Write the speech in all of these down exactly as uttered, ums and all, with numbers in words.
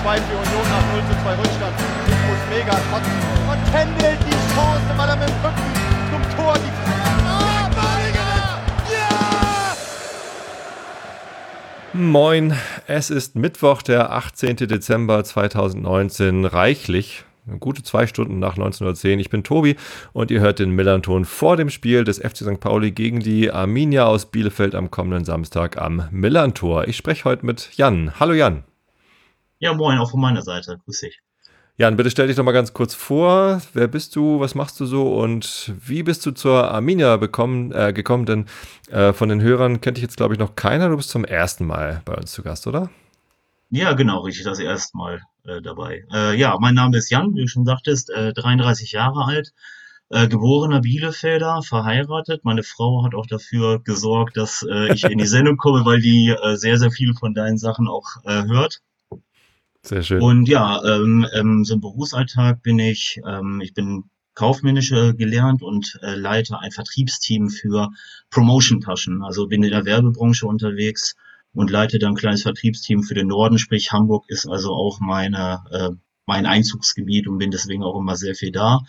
zwei für Union nach null zu zwei Rückstand. Nico Mega trotzdem und Kendall die Chance, weil er mit dem Rücken zum Tor die Ah, Badiger! Ja! Moin, es ist Mittwoch, der achtzehnten Dezember zweitausendneunzehn, reichlich, gute zwei Stunden nach neunzehn Uhr zehn. Ich bin Tobi und ihr hört den Millernton vor dem Spiel des F C Sankt Pauli gegen die Arminia aus Bielefeld am kommenden Samstag am Millerntor. Ich spreche heute mit Jan. Hallo Jan. Ja, moin, auch von meiner Seite. Grüß dich. Jan, bitte stell dich doch mal ganz kurz vor. Wer bist du, was machst du so und wie bist du zur Arminia bekommen, äh, gekommen? Denn äh, von den Hörern kennt dich jetzt, glaube ich, noch keiner. Du bist zum ersten Mal bei uns zu Gast, oder? Ja, genau, richtig, das erste Mal äh, dabei. Äh, ja, mein Name ist Jan, wie du schon sagtest, äh, dreiunddreißig Jahre alt, äh, geborener Bielefelder, verheiratet. Meine Frau hat auch dafür gesorgt, dass äh, ich in die Sendung komme, weil die äh, sehr, sehr viel von deinen Sachen auch äh, hört. Sehr schön. Und ja, ähm, ähm, so im Berufsalltag bin ich, ähm, ich bin kaufmännisch äh, gelernt und äh, leite ein Vertriebsteam für Promotion-Taschen. Also bin in der Werbebranche unterwegs und leite dann ein kleines Vertriebsteam für den Norden, sprich Hamburg ist also auch meine, äh, mein Einzugsgebiet und bin deswegen auch immer sehr viel da.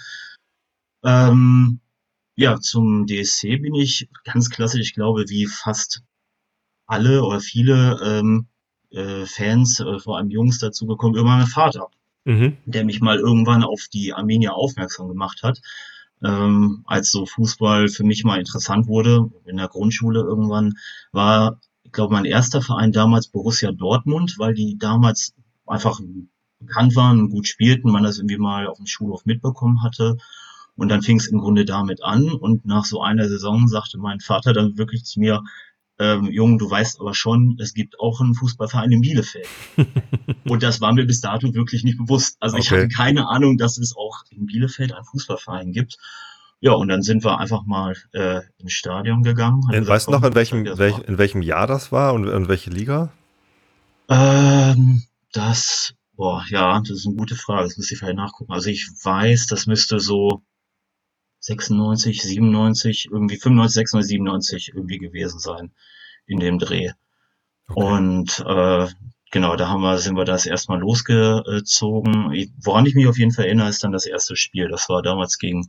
Ähm, ja, zum D S C bin ich ganz klassisch, ich glaube, wie fast alle oder viele ähm, äh, Fans, äh, vor allem Jungs, dazu gekommen, über meinen Vater, Mhm. der mich mal irgendwann auf die Arminia aufmerksam gemacht hat, ähm, als so Fußball für mich mal interessant wurde, in der Grundschule irgendwann, war, ich glaube, mein erster Verein damals Borussia Dortmund, weil die damals einfach bekannt waren und gut spielten, man das irgendwie mal auf dem Schulhof mitbekommen hatte. Und dann fing es im Grunde damit an und nach so einer Saison sagte mein Vater dann wirklich zu mir, ähm, Junge, du weißt aber schon, es gibt auch einen Fußballverein in Bielefeld. Und das war mir bis dato wirklich nicht bewusst. Also ich Okay. hatte keine Ahnung, dass es auch in Bielefeld einen Fußballverein gibt. Ja, und dann sind wir einfach mal äh, ins Stadion gegangen. haben In, gesagt, weißt du noch, komm, in welchem, zeig dir das welch, mal. in welchem Jahr das war und in welche Liga? Ähm, das, boah, ja, das ist eine gute Frage. Das müsste ich vielleicht nachgucken. Also ich weiß, das müsste so sechsundneunzig, siebenundneunzig, irgendwie fünfundneunzig, sechsundneunzig, siebenundneunzig irgendwie gewesen sein in dem Dreh. Okay. Und äh, genau, da haben wir, sind wir das erstmal losgezogen. Ich- Woran ich mich auf jeden Fall erinnere, ist dann das erste Spiel. Das war damals gegen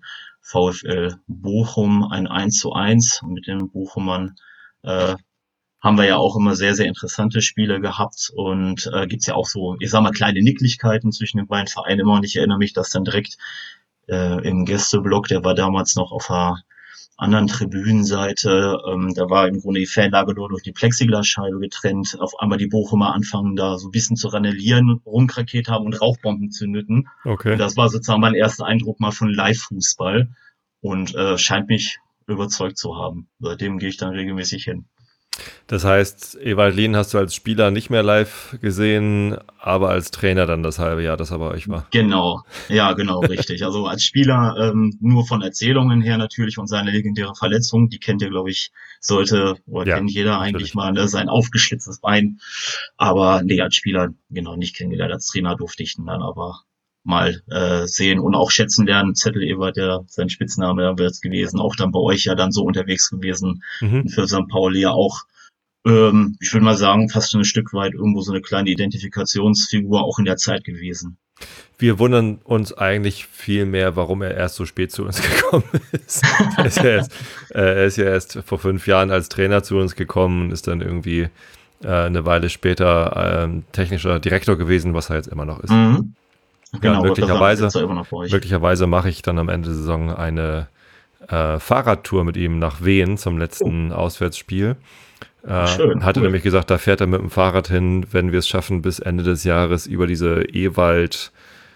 VfL Bochum, ein eins zu eins. Und mit den Bochumern äh, haben wir ja auch immer sehr, sehr interessante Spiele gehabt. Und äh, gibt's ja auch so, ich sag mal, kleine Nicklichkeiten zwischen den beiden Vereinen immer. Und ich erinnere mich, dass dann direkt äh, im Gästeblock, der war damals noch auf der anderen Tribünenseite, ähm, da war im Grunde die Fanlage nur durch die Plexiglasscheibe getrennt. Auf einmal die Bochumer anfangen da so ein bisschen zu randalieren, rumkrakeet haben und Rauchbomben zündeten. Okay. Und das war sozusagen mein erster Eindruck mal von Live-Fußball und äh, scheint mich überzeugt zu haben. Seitdem gehe ich dann regelmäßig hin. Das heißt, Ewald Lien hast du als Spieler nicht mehr live gesehen, aber als Trainer dann das halbe Jahr, das er bei euch war. Genau, ja, genau, richtig. Also als Spieler ähm, nur von Erzählungen her natürlich und seine legendäre Verletzung, die kennt ihr, glaube ich, sollte oder Ja, kennt jeder natürlich. eigentlich mal, ne, sein aufgeschlitztes Bein. Aber nee, als Spieler genau nicht kennengelernt. Als Trainer durfte ich ihn dann aber mal äh, sehen und auch schätzen lernen. Zettel Ewald, der sein Spitzname da wird gewesen, auch dann bei euch ja dann so unterwegs gewesen Mhm. und für Sankt Pauli ja auch ähm, ich würde mal sagen, fast schon ein Stück weit irgendwo so eine kleine Identifikationsfigur auch in der Zeit gewesen. Wir wundern uns eigentlich viel mehr, warum er erst so spät zu uns gekommen ist. er, ist ja erst, äh, er ist ja erst vor fünf Jahren als Trainer zu uns gekommen und ist dann irgendwie äh, eine Weile später ähm, technischer Direktor gewesen, was er jetzt immer noch ist. Mhm. Genau, möglicherweise- das ist immer noch bei euch. Möglicherweise mache ich dann am Ende der Saison eine äh, Fahrradtour mit ihm nach Wien zum letzten Auswärtsspiel. Äh, Schön, hatte cool. nämlich gesagt, da fährt er mit dem Fahrrad hin, wenn wir es schaffen, bis Ende des Jahres über diese Ewald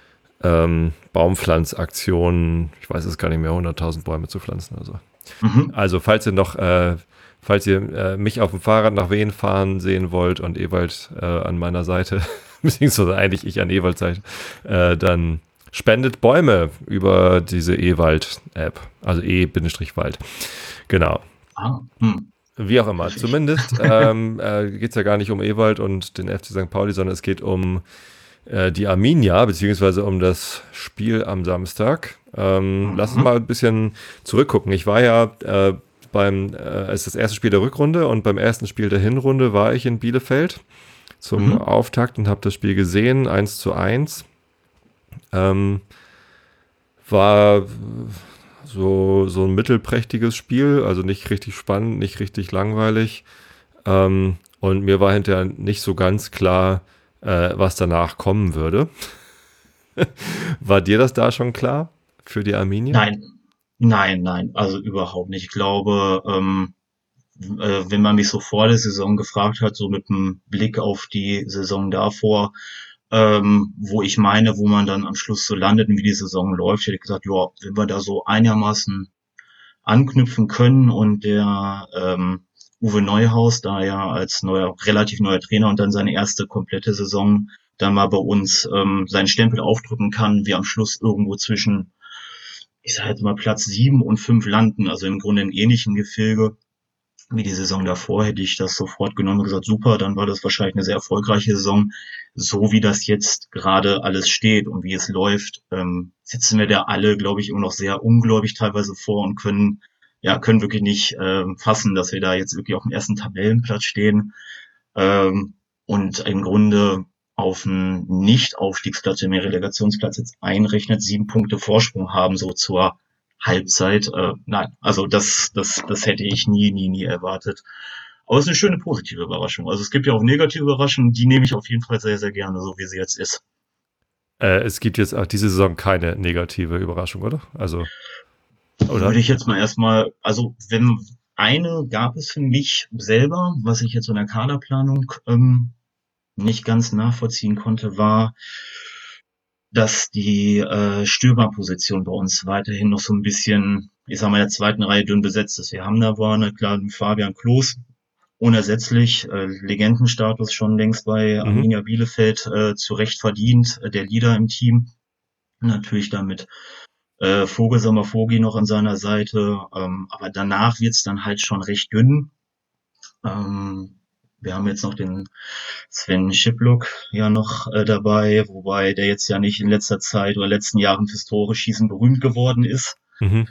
ähm, Baumpflanzaktion, ich weiß es gar nicht mehr, hunderttausend Bäume zu pflanzen. Also, Mhm. also falls ihr noch, äh, falls ihr äh, mich auf dem Fahrrad nach Wien fahren sehen wollt und Ewald äh, an meiner Seite, beziehungsweise eigentlich ich an Ewalds Seite, äh, dann spendet Bäume über diese Ewald-App, also E-Wald. Genau. Ah, hm. Wie auch immer. Richtig. Zumindest ähm, äh, geht es ja gar nicht um Ewald und den F C Sankt Pauli, sondern es geht um äh, die Arminia, beziehungsweise um das Spiel am Samstag. Ähm, Mhm. Lass uns mal ein bisschen zurückgucken. Ich war ja äh, beim, äh, es ist das erste Spiel der Rückrunde und beim ersten Spiel der Hinrunde war ich in Bielefeld. zum Mhm. Auftakt und habe das Spiel gesehen, eins zu eins. Ähm, war so, so ein mittelprächtiges Spiel, also nicht richtig spannend, nicht richtig langweilig. Ähm, und mir war hinterher nicht so ganz klar, äh, was danach kommen würde. War dir das da schon klar für die Arminia? Nein, nein, nein, also überhaupt nicht. Ich glaube, ähm, äh, wenn man mich so vor der Saison gefragt hat, so mit einem Blick auf die Saison davor, ähm, wo ich meine, wo man dann am Schluss so landet und wie die Saison läuft, hätte ich gesagt, ja, wenn wir da so einigermaßen anknüpfen können und der ähm, Uwe Neuhaus, da ja als neuer, relativ neuer Trainer und dann seine erste komplette Saison dann mal bei uns ähm, seinen Stempel aufdrücken kann, wir am Schluss irgendwo zwischen, ich sage jetzt mal Platz sieben und fünf landen, also im Grunde im ähnlichen Gefilde wie die Saison davor, hätte ich das sofort genommen und gesagt, super, dann war das wahrscheinlich eine sehr erfolgreiche Saison. So wie das jetzt gerade alles steht und wie es läuft, ähm, sitzen wir da alle, glaube ich, immer noch sehr ungläubig teilweise vor und können, ja, können wirklich nicht ähm, fassen, dass wir da jetzt wirklich auf dem ersten Tabellenplatz stehen ähm, und im Grunde auf einen Nicht-Aufstiegsplatz, wenn man den Relegationsplatz jetzt einrechnet, sieben Punkte Vorsprung haben, so zur Halbzeit. Äh, nein, also das, das, das hätte ich nie, nie, nie erwartet. Aber es ist eine schöne positive Überraschung. Also es gibt ja auch negative Überraschungen, die nehme ich auf jeden Fall sehr, sehr gerne, so wie sie jetzt ist. Äh, es gibt jetzt auch diese Saison keine negative Überraschung, oder? Also, oder? Würde ich jetzt mal erstmal, also wenn eine gab es für mich selber, was ich jetzt in der Kaderplanung ähm, nicht ganz nachvollziehen konnte, war, dass die äh, Stürmerposition bei uns weiterhin noch so ein bisschen, ich sag mal, in der zweiten Reihe dünn besetzt ist. Wir haben da vorne, klar, Fabian Klos, unersetzlich, äh, Legendenstatus schon längst bei Mhm. Arminia Bielefeld äh, zu Recht verdient, äh, der Leader im Team. Natürlich damit äh, Vogelsammer Vogi noch an seiner Seite, ähm, aber danach wird's dann halt schon recht dünn. Ähm, wir haben jetzt noch den Sven Schiplock ja noch äh, dabei, wobei der jetzt ja nicht in letzter Zeit oder letzten Jahren fürs Tore schießen berühmt geworden ist. Mhm.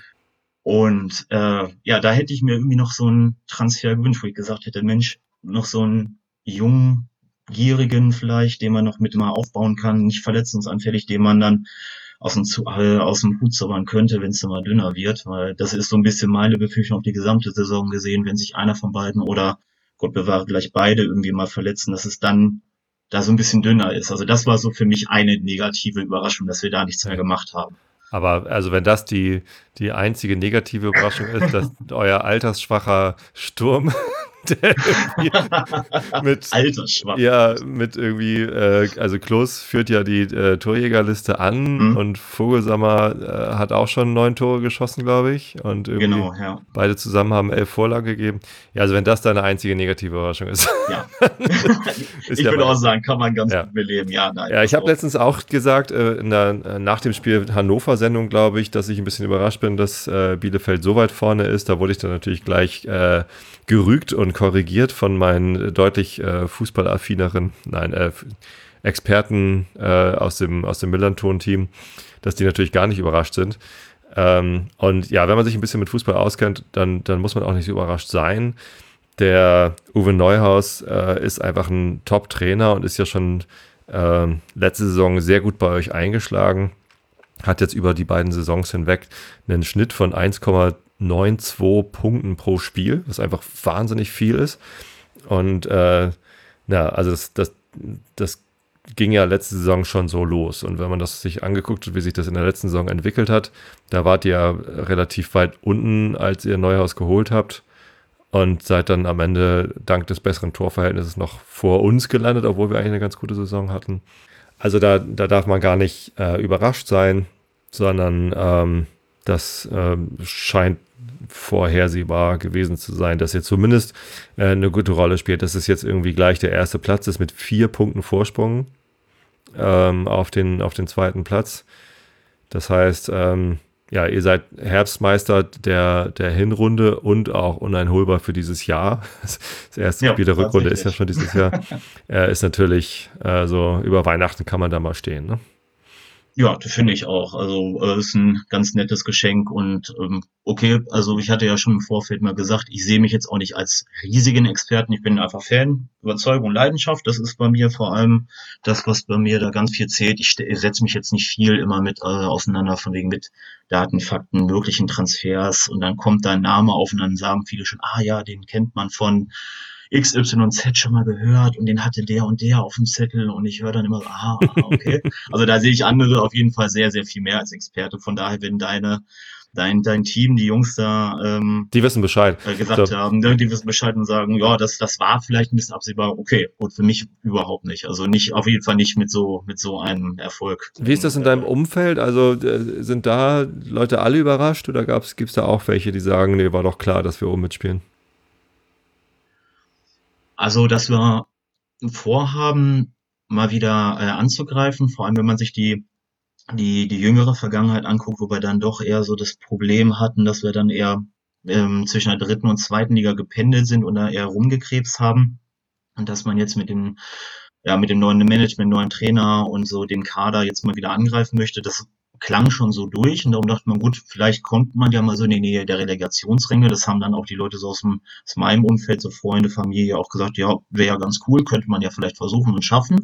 Und äh, ja, da hätte ich mir irgendwie noch so einen Transfer gewünscht, wo ich gesagt hätte, Mensch, noch so einen jungen, gierigen vielleicht, den man noch mit mal aufbauen kann, nicht verletzungsanfällig, den man dann aus dem, Zu- äh, aus dem Hut zaubern könnte, wenn es dann mal dünner wird. Weil das ist so ein bisschen meine Befürchtung auf die gesamte Saison gesehen, wenn sich einer von beiden oder Gott bewahre gleich beide irgendwie mal verletzen, dass es dann da so ein bisschen dünner ist. Also das war so für mich eine negative Überraschung, dass wir da nichts mehr Okay. gemacht haben. Aber also wenn das die, die einzige negative Überraschung ist, dass euer altersschwacher Sturm, der irgendwie mit, Altersschwach. ja, mit irgendwie, äh, also Klos führt ja die äh, Torjägerliste an Hm? und Vogelsammer äh, hat auch schon neun Tore geschossen, glaube ich. Und irgendwie Genau, ja. beide zusammen haben elf Vorlagen gegeben. Ja, also wenn das deine einzige negative Überraschung ist. Ja. Ist Ich ja würde mal- auch sagen, kann man ganz Ja. gut beleben. Ja, nein. Ja, ich habe das letztens auch gesagt, äh, in der, äh, nach dem Spiel Hannover-Sendung, glaube ich, dass ich ein bisschen überrascht bin, dass äh, Bielefeld so weit vorne ist. Da wurde ich dann natürlich gleich äh, gerügt und korrigiert von meinen äh, deutlich äh, fußballaffineren, nein, äh, Experten äh, aus dem, aus dem Millanton-Team, dass die natürlich gar nicht überrascht sind. Ähm, und ja, wenn man sich ein bisschen mit Fußball auskennt, dann, dann muss man auch nicht so überrascht sein. Der Uwe Neuhaus äh, ist einfach ein Top-Trainer und ist ja schon äh, letzte Saison sehr gut bei euch eingeschlagen. Hat jetzt über die beiden Saisons hinweg einen Schnitt von eins Komma zweiundneunzig Punkten pro Spiel, was einfach wahnsinnig viel ist. Und äh, na, also das, das, das ging ja letzte Saison schon so los. Und wenn man das sich angeguckt hat, wie sich das in der letzten Saison entwickelt hat, da wart ihr ja relativ weit unten, als ihr Neuhaus geholt habt. Und seid dann am Ende dank des besseren Torverhältnisses noch vor uns gelandet, obwohl wir eigentlich eine ganz gute Saison hatten. Also da, da darf man gar nicht äh, überrascht sein, sondern ähm, das ähm, scheint vorhersehbar gewesen zu sein, dass ihr zumindest äh, eine gute Rolle spielt, dass es jetzt irgendwie gleich der erste Platz ist mit vier Punkten Vorsprung ähm, auf den, auf den zweiten Platz. Das heißt, ähm, ja, ihr seid Herbstmeister der, der Hinrunde und auch uneinholbar für dieses Jahr. Das erste Ja, Spiel der Rückrunde ist ja tatsächlich. schon dieses Jahr. äh, ist natürlich, äh, so über Weihnachten kann man da mal stehen. Ne? Ja, das finde ich auch. Also äh, ist ein ganz nettes Geschenk und ähm, okay, also ich hatte ja schon im Vorfeld mal gesagt, ich sehe mich jetzt auch nicht als riesigen Experten. Ich bin einfach Fan, Überzeugung, Leidenschaft. Das ist bei mir vor allem das, was bei mir da ganz viel zählt. Ich, ste- ich setze mich jetzt nicht viel immer mit äh, auseinander, von wegen mit Daten, Fakten, möglichen Transfers und dann kommt dein Name auf und dann sagen viele schon, ah ja, den kennt man von X Y Z schon mal gehört und den hatte der und der auf dem Zettel und ich höre dann immer so, aha, aha, okay. Also da sehe ich andere auf jeden Fall sehr, sehr viel mehr als Experte. Von daher, wenn deine, dein, dein Team, die Jungs da ähm, Die wissen Bescheid. äh, gesagt So, haben, ne, die wissen Bescheid und sagen, ja, das, das war vielleicht ein bisschen absehbar, okay, gut, für mich überhaupt nicht. Also nicht, auf jeden Fall nicht mit so, mit so einem Erfolg. wie ist das in deinem Umfeld? Also äh, sind da Leute alle überrascht oder gab's, gibt's da auch welche, die sagen, nee, war doch klar, dass wir oben mitspielen? Also, dass wir vorhaben, mal wieder äh, anzugreifen, vor allem wenn man sich die die die jüngere Vergangenheit anguckt, wo wir dann doch eher so das Problem hatten, dass wir dann eher ähm, zwischen der dritten und zweiten Liga gependelt sind und da eher rumgekrebst haben. Und dass man jetzt mit dem, ja, mit dem neuen Management, neuen Trainer und so den Kader jetzt mal wieder angreifen möchte, das klang schon so durch. Und darum dachte man, gut, vielleicht kommt man ja mal so in die Nähe der Relegationsränge. Das haben dann auch die Leute so aus, dem, aus meinem Umfeld, so Freunde, Familie auch gesagt, ja, wäre ja ganz cool, könnte man ja vielleicht versuchen und schaffen.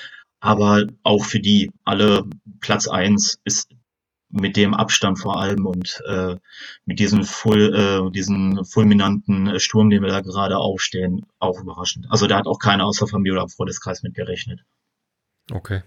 Aber auch für die, alle Platz eins ist mit dem Abstand vor allem und äh, mit diesem full, äh, diesen fulminanten äh, Sturm, den wir da gerade aufstehen, auch überraschend. Also da hat auch keiner außer Familie oder Freundeskreis mit gerechnet. Okay.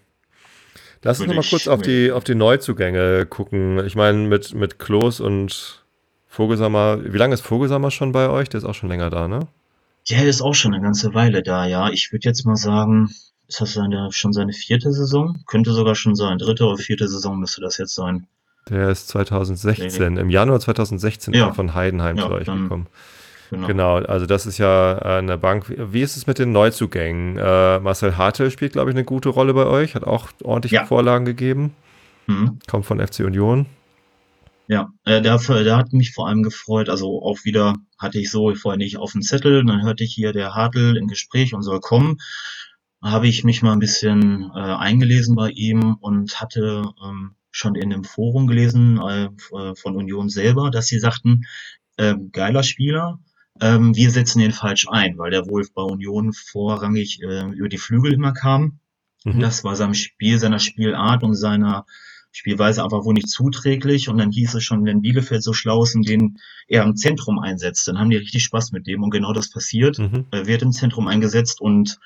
Lass uns Würde nochmal kurz ich, auf die, auf die Neuzugänge gucken. Ich meine, mit, mit Klos und Vogelsammer, wie lange ist Vogelsammer schon bei euch? Der ist auch schon länger da, ne? der ist auch schon eine ganze Weile da, ja. Ich würde jetzt mal sagen, ist das seine, schon seine vierte Saison? Könnte sogar schon sein. Dritte oder vierte Saison müsste das jetzt sein. Der ist zwanzig sechzehn, im Januar zwanzig sechzehn ist er Ja, von Heidenheim zu ja, euch dann, gekommen. genau. Genau, also das ist ja äh, eine Bank. Wie ist es mit den Neuzugängen? Äh, Marcel Hartel spielt, glaube ich, eine gute Rolle bei euch, hat auch ordentliche Ja. Vorlagen gegeben, Mhm. kommt von F C Union. Ja, äh, der, der hat mich vor allem gefreut. Also auch wieder hatte ich so vorher nicht auf dem Zettel. Dann hörte ich hier der Hartl im Gespräch und soll kommen. Habe ich mich mal ein bisschen äh, eingelesen bei ihm und hatte ähm, schon in dem Forum gelesen äh, von Union selber, dass sie sagten, ähm, geiler Spieler, ähm, wir setzen den falsch ein, weil der wohl bei Union vorrangig äh, über die Flügel immer kam. Mhm. Das war seinem Spiel, seiner Spielart und seiner Spielweise einfach wohl nicht zuträglich. Und dann hieß es schon, wenn Bielefeld so schlau ist und den eher im Zentrum einsetzt, dann haben die richtig Spaß mit dem. Und genau das passiert. Mhm. Er wird im Zentrum eingesetzt und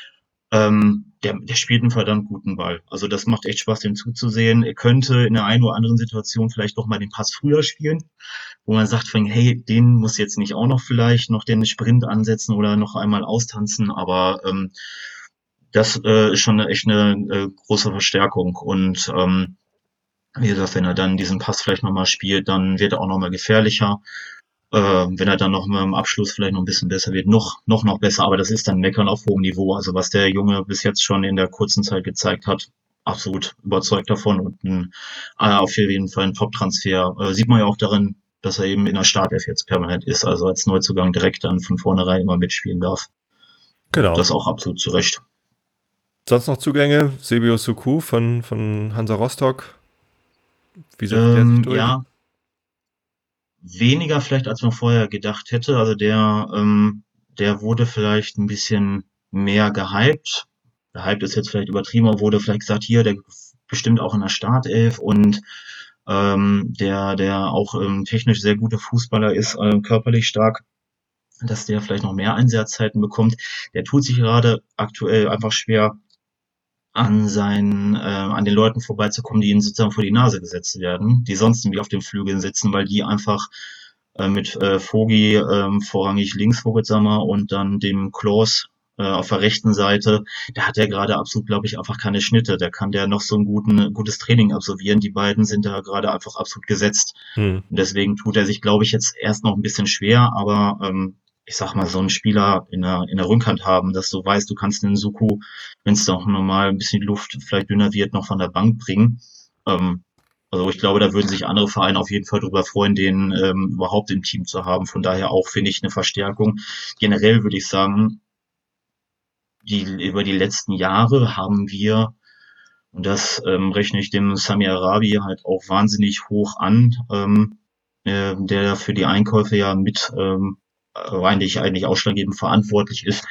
ähm, der, der spielt einen verdammt guten Ball. Also das macht echt Spaß, dem zuzusehen. Er könnte in der einen oder anderen Situation vielleicht doch mal den Pass früher spielen, wo man sagt, hey, den muss jetzt nicht auch noch vielleicht noch den Sprint ansetzen oder noch einmal austanzen, aber ähm, das äh, ist schon eine, echt eine äh, große Verstärkung. Und ähm, wie gesagt, wenn er dann diesen Pass vielleicht nochmal spielt, dann wird er auch nochmal gefährlicher. Äh, wenn er dann noch mal im Abschluss vielleicht noch ein bisschen besser wird, noch, noch, noch besser. Aber das ist dann Meckern auf hohem Niveau. Also was der Junge bis jetzt schon in der kurzen Zeit gezeigt hat, absolut überzeugt davon und ein, äh, auf jeden Fall ein Top-Transfer. Äh, sieht man ja auch darin, dass er eben in der Startelf jetzt permanent ist, also als Neuzugang direkt dann von vornherein immer mitspielen darf. Genau. Das auch absolut zu Recht. Sonst noch Zugänge? Sebio Suku von, von Hansa Rostock. Wie setzt der sich Ähm, durch? ja, weniger vielleicht, als man vorher gedacht hätte. Also der, ähm, der wurde vielleicht ein bisschen mehr gehypt. Gehypt ist jetzt vielleicht übertrieben, aber wurde vielleicht gesagt, hier, der bestimmt auch in der Startelf und ähm, der, der auch ähm, technisch sehr guter Fußballer ist, äh, körperlich stark, dass der vielleicht noch mehr Einsatzzeiten bekommt. Der tut sich gerade aktuell einfach schwer, an seinen, äh, an den Leuten vorbeizukommen, die ihnen sozusagen vor die Nase gesetzt werden, die sonst nämlich auf den Flügeln sitzen, weil die einfach äh, mit äh, Vogi ähm, vorrangig links Vogelsammer und dann dem Klos äh, auf der rechten Seite, da hat er gerade absolut, glaube ich, einfach keine Schnitte. Da kann der noch so ein guten, gutes Training absolvieren. Die beiden sind da gerade einfach absolut gesetzt. Hm. Und deswegen tut er sich, glaube ich, jetzt erst noch ein bisschen schwer, aber ähm, ich sag mal, so einen Spieler in der, in der Rückhand haben, dass du weißt, du kannst den Suku, wenn es doch normal ein bisschen die Luft vielleicht dünner wird, noch von der Bank bringen. Ähm, also ich glaube, da würden sich andere Vereine auf jeden Fall darüber freuen, den ähm, überhaupt im Team zu haben. Von daher auch, finde ich, eine Verstärkung. Generell würde ich sagen, die, über die letzten Jahre haben wir Und das ähm, rechne ich dem Sami Arabi halt auch wahnsinnig hoch an, ähm, äh, der für die Einkäufe ja mit ähm, eigentlich eigentlich ausschlaggebend verantwortlich ist.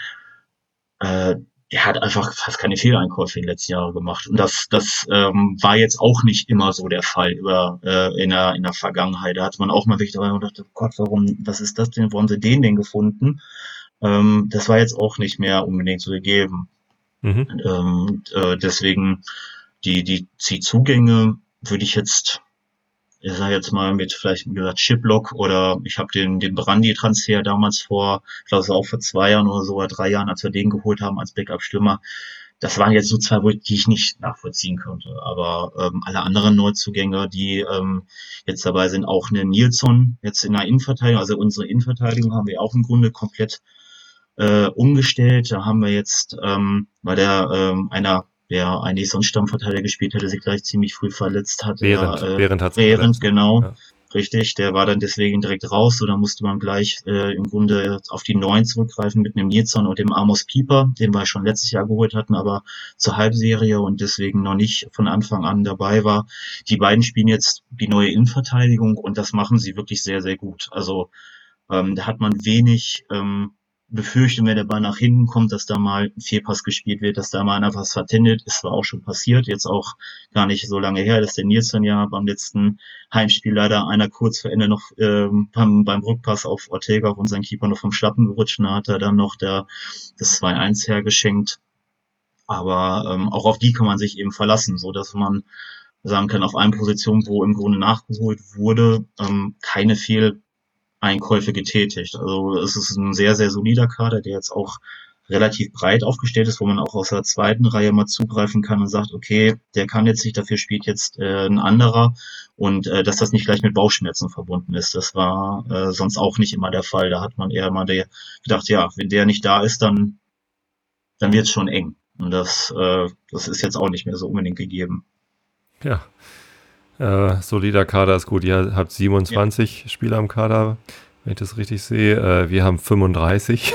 Äh, der hat einfach fast keine Fehleinkäufe in den letzten Jahren gemacht. Und das, das ähm, war jetzt auch nicht immer so der Fall über äh, in der in der Vergangenheit. Da hat man auch mal wirklich dabei gedacht, oh Gott, warum, was ist das denn, wo haben sie den denn gefunden? Ähm, das war jetzt auch nicht mehr unbedingt so gegeben. Mhm. Ähm, äh, deswegen die die die Zugänge würde ich jetzt, ich sage jetzt mal mit vielleicht wie gesagt Chiplock oder ich habe den den Brandy-Transfer damals vor, ich glaube es war auch vor zwei Jahren oder so oder drei Jahren, als wir den geholt haben als Backup-Stürmer. Das waren jetzt so zwei, die ich nicht nachvollziehen konnte. Aber ähm, alle anderen Neuzugänge, die ähm, jetzt dabei sind, auch eine Nilsson jetzt in der Innenverteidigung, also unsere Innenverteidigung haben wir auch im Grunde komplett äh, umgestellt. Da haben wir jetzt, ähm, weil der ähm, einer, der eigentlich sonst Stammverteidiger gespielt hatte, sich gleich ziemlich früh verletzt hat. Während, der, äh, während hat's während, verletzt. genau. Ja. Richtig, der war dann deswegen direkt raus, so da musste man gleich äh, im Grunde auf die Neuen zurückgreifen mit einem Nilsson und dem Amos Pieper, den wir schon letztes Jahr geholt hatten, aber zur Halbserie und deswegen noch nicht von Anfang an dabei war. Die beiden spielen jetzt die neue Innenverteidigung und das machen sie wirklich sehr, sehr gut. Also ähm, da hat man wenig ähm, Befürchtung, wenn der Ball nach hinten kommt, dass da mal ein Fehlpass gespielt wird, dass da mal einer was vertendet. Ist zwar auch schon passiert, jetzt auch gar nicht so lange her, dass der Nilsson ja beim letzten Heimspiel leider einer kurz vor Ende noch ähm, beim, beim Rückpass auf Ortega, auf unseren Keeper, noch vom Schlappen gerutscht. Da hat er dann noch der, das zwei eins hergeschenkt. Aber ähm, auch auf die kann man sich eben verlassen, so dass man sagen kann, auf einer Position, wo im Grunde nachgeholt wurde, ähm, keine Fehleinkäufe getätigt. Also es ist ein sehr, sehr solider Kader, der jetzt auch relativ breit aufgestellt ist, wo man auch aus der zweiten Reihe mal zugreifen kann und sagt, okay, der kann jetzt nicht, dafür spielt jetzt äh, ein anderer und äh, dass das nicht gleich mit Bauchschmerzen verbunden ist. Das war äh, sonst auch nicht immer der Fall. Da hat man eher mal der, gedacht, ja, wenn der nicht da ist, dann, dann wird es schon eng. Und das, äh, das ist jetzt auch nicht mehr so unbedingt gegeben. Ja, äh, solider Kader ist gut. Ihr habt siebenundzwanzig ja. Spieler im Kader, wenn ich das richtig sehe. Äh, wir haben fünfunddreißig.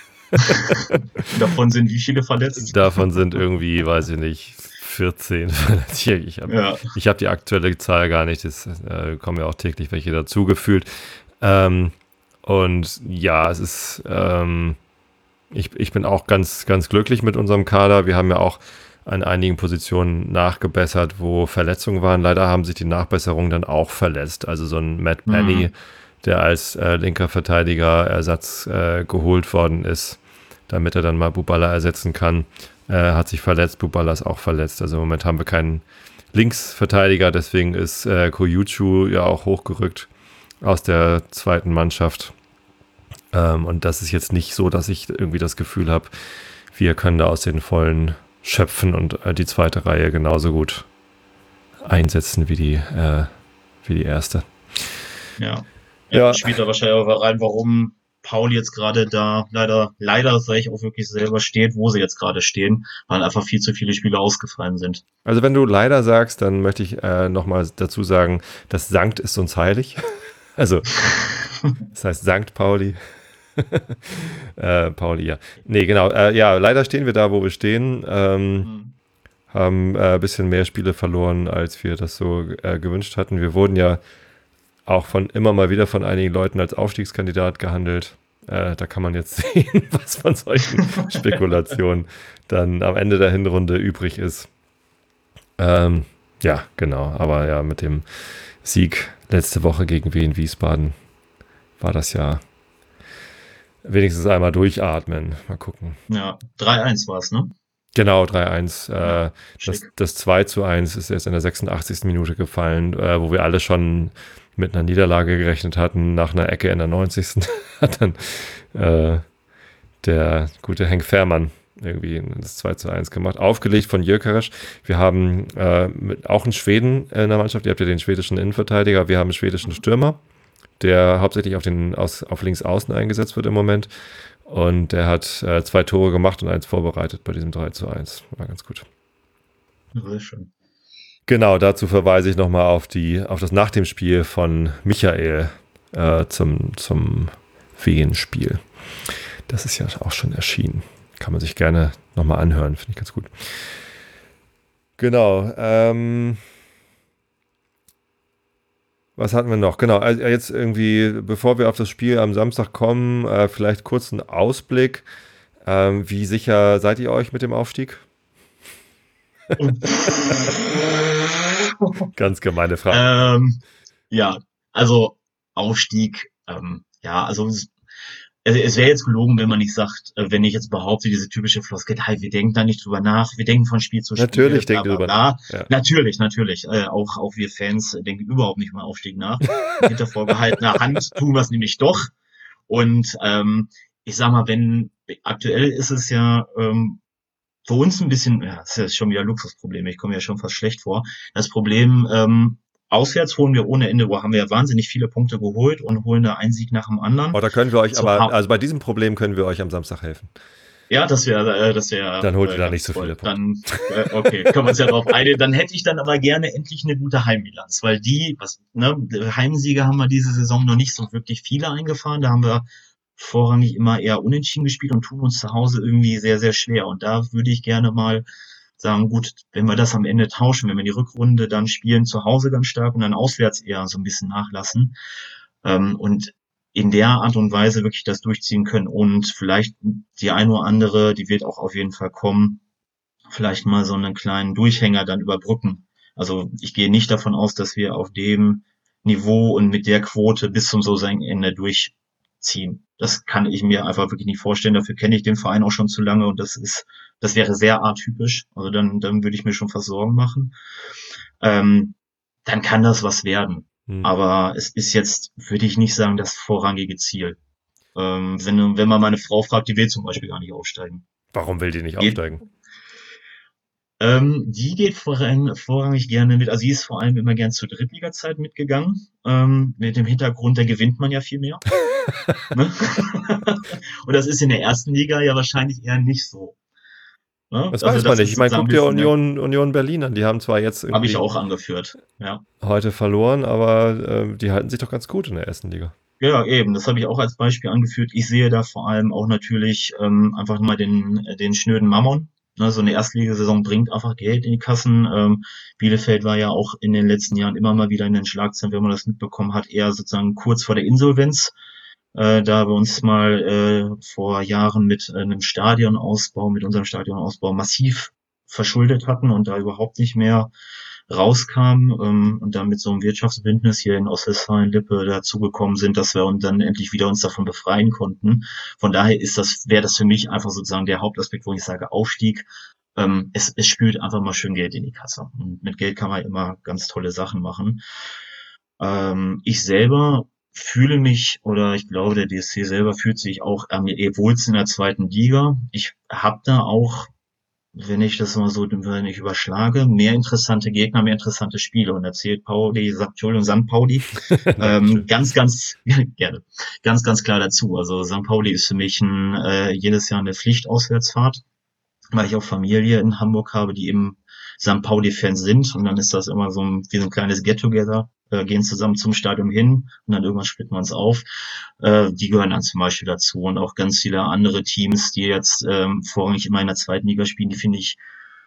Davon sind wie viele verletzt? Davon sind irgendwie, weiß ich nicht, vierzehn verletzt. Ich habe ja. hab die aktuelle Zahl gar nicht. Es äh, kommen ja auch täglich welche dazugefügt. Ähm, und ja, es ist, ähm, ich, ich bin auch ganz, ganz glücklich mit unserem Kader. Wir haben ja auch an einigen Positionen nachgebessert, wo Verletzungen waren. Leider haben sich die Nachbesserungen dann auch verletzt. Also so ein Matt Penny, mhm. der als äh, linker Verteidiger Ersatz äh, geholt worden ist, damit er dann mal Bubala ersetzen kann, äh, hat sich verletzt. Bubala ist auch verletzt. Also im Moment haben wir keinen Linksverteidiger, deswegen ist äh, Koyuchu ja auch hochgerückt aus der zweiten Mannschaft. Ähm, und das ist jetzt nicht so, dass ich irgendwie das Gefühl habe, wir können da aus den Vollen schöpfen und äh, die zweite Reihe genauso gut einsetzen wie die, äh, wie die erste. Ja. Ja, ja. Spielt da wahrscheinlich auch rein, warum Paul jetzt gerade da leider, leider sage ich auch wirklich selber steht, wo sie jetzt gerade stehen, weil einfach viel zu viele Spiele ausgefallen sind. Also wenn du leider sagst, dann möchte ich äh, nochmal dazu sagen, das Sankt ist uns heilig. Also das heißt Sankt Pauli. äh, Pauli, ja. Nee, genau. Äh, ja, leider stehen wir da, wo wir stehen. Ähm, mhm. Haben ein äh, bisschen mehr Spiele verloren, als wir das so äh, gewünscht hatten. Wir wurden ja auch von immer mal wieder von einigen Leuten als Aufstiegskandidat gehandelt. Äh, da kann man jetzt sehen, was von solchen Spekulationen dann am Ende der Hinrunde übrig ist. Ähm, ja, genau. Aber ja, mit dem Sieg letzte Woche gegen Wien Wiesbaden war das ja wenigstens einmal durchatmen. Mal gucken. Ja, drei eins war es, ne? Genau, drei eins. Ja, äh, das, das zwei zu eins ist erst in der sechsundachtzigsten Minute gefallen, äh, wo wir alle schon mit einer Niederlage gerechnet hatten. Nach einer Ecke in der neunzigsten hat dann äh, der gute Henk Fährmann irgendwie das zwei zu eins gemacht. Aufgelegt von Gyökeres. Wir haben äh, mit, auch einen Schweden in der Mannschaft. Ihr habt ja den schwedischen Innenverteidiger. Wir haben einen schwedischen Stürmer, der hauptsächlich auf, den, aus, auf links außen eingesetzt wird im Moment. Und der hat äh, zwei Tore gemacht und eins vorbereitet bei diesem drei zu eins. War ganz gut. Sehr schön. Genau, dazu verweise ich nochmal auf, die, auf das nach dem Spiel von Michael äh, zum, zum Wien-Spiel. Das ist ja auch schon erschienen. Kann man sich gerne nochmal anhören, finde ich ganz gut. Genau. Ähm, was hatten wir noch? Genau, also jetzt irgendwie, bevor wir auf das Spiel am Samstag kommen, äh, vielleicht kurz einen Ausblick. Ähm, wie sicher seid ihr euch mit dem Aufstieg? Ganz gemeine Frage. Ähm, ja, also Aufstieg, ähm, ja, also es, es wäre jetzt gelogen, wenn man nicht sagt, äh, wenn ich jetzt behaupte, diese typische Floskel, hey, wir denken da nicht drüber nach, wir denken von Spiel zu Spiel, Natürlich bla denkt ihr bla drüber bla. nach. Ja. Natürlich, natürlich. Äh, auch, auch wir Fans äh, denken überhaupt nicht mal Aufstieg nach. Hinter vorgehaltener Hand tun wir es nämlich doch. Und ähm, ich sag mal, wenn aktuell ist es ja ähm, für uns ein bisschen, ja, das ist ja schon wieder Luxusproblem, ich komme mir ja schon fast schlecht vor. Das Problem, ähm, auswärts holen wir ohne Ende, wo haben wir ja wahnsinnig viele Punkte geholt und holen da einen Sieg nach dem anderen. Oh, da können wir euch Zu aber, ha- also bei diesem Problem können wir euch am Samstag helfen. Ja, das wäre, äh, das wäre. Dann holt äh, ihr da ganz nicht so toll. viele Punkte. Dann, äh, okay, können wir uns ja drauf einigen. Dann hätte ich dann aber gerne endlich eine gute Heimbilanz, weil die, was, ne, Heimsieger haben wir diese Saison noch nicht so wirklich viele eingefahren. Da haben wir vorrangig immer eher unentschieden gespielt und tun uns zu Hause irgendwie sehr, sehr schwer. Und da würde ich gerne mal sagen, gut, wenn wir das am Ende tauschen, wenn wir die Rückrunde dann spielen, zu Hause ganz stark und dann auswärts eher so ein bisschen nachlassen, ähm, und in der Art und Weise wirklich das durchziehen können und vielleicht die eine oder andere, die wird auch auf jeden Fall kommen, vielleicht mal so einen kleinen Durchhänger dann überbrücken. Also ich gehe nicht davon aus, dass wir auf dem Niveau und mit der Quote bis zum Saisonende durchziehen. Das kann ich mir einfach wirklich nicht vorstellen. Dafür kenne ich den Verein auch schon zu lange und das ist, das wäre sehr atypisch. Also dann, dann würde ich mir schon fast Sorgen machen. Ähm, dann kann das was werden. Hm. Aber es ist jetzt, würde ich nicht sagen, das vorrangige Ziel. Ähm, wenn, wenn man meine Frau fragt, die will zum Beispiel gar nicht aufsteigen. Warum will die nicht Geht- aufsteigen? Ähm, die geht vorrang, vorrangig gerne mit, also sie ist vor allem immer gern zur Drittliga-Zeit mitgegangen, ähm, mit dem Hintergrund, da gewinnt man ja viel mehr. Ne? Und das ist in der ersten Liga ja wahrscheinlich eher nicht so. Ne? Das Also weiß man das nicht. ist Ich meine, sozusagen guck dir ein bisschen, Union, Union Berlin an. Die haben zwar jetzt habe ich irgendwie auch angeführt, ja. heute verloren, aber äh, die halten sich doch ganz gut in der ersten Liga. Ja, eben, das habe ich auch als Beispiel angeführt. Ich sehe da vor allem auch natürlich ähm, einfach mal den, den schnöden Mammon. Ne, so eine Erstligasaison bringt einfach Geld in die Kassen. Ähm, Bielefeld war ja auch in den letzten Jahren immer mal wieder in den Schlagzeilen, wenn man das mitbekommen hat, eher sozusagen kurz vor der Insolvenz. Äh, da wir uns mal äh, vor Jahren mit äh, einem Stadionausbau, mit unserem Stadionausbau massiv verschuldet hatten und da überhaupt nicht mehr rauskam, ähm, und dann mit so einem Wirtschaftsbündnis hier in Ostwestfalen-Lippe dazugekommen sind, dass wir uns dann endlich wieder uns davon befreien konnten. Von daher ist das, wäre das für mich einfach sozusagen der Hauptaspekt, wo ich sage Aufstieg. Ähm, es, es spült einfach mal schön Geld in die Kasse. Und mit Geld kann man immer ganz tolle Sachen machen. Ähm, ich selber fühle mich, oder ich glaube, der D S C selber fühlt sich auch am wohlsten in der zweiten Liga. Ich habe da auch, wenn ich das mal so wenn ich überschlage, mehr interessante Gegner, mehr interessante Spiele. Und erzählt Pauli, Entschuldigung, Sankt Pauli, ähm, ganz, ganz, gerne, ganz, ganz klar dazu. Also Sankt Pauli ist für mich ein, äh, jedes Jahr eine Pflichtauswärtsfahrt, weil ich auch Familie in Hamburg habe, die eben Sankt Pauli-Fans sind. Und dann ist das immer so ein, wie so ein kleines Get-Together. Äh, gehen zusammen zum Stadion hin und dann irgendwann splitten wir uns auf. Äh, die gehören dann zum Beispiel dazu und auch ganz viele andere Teams, die jetzt ähm, vorrangig immer in der zweiten Liga spielen, die finde ich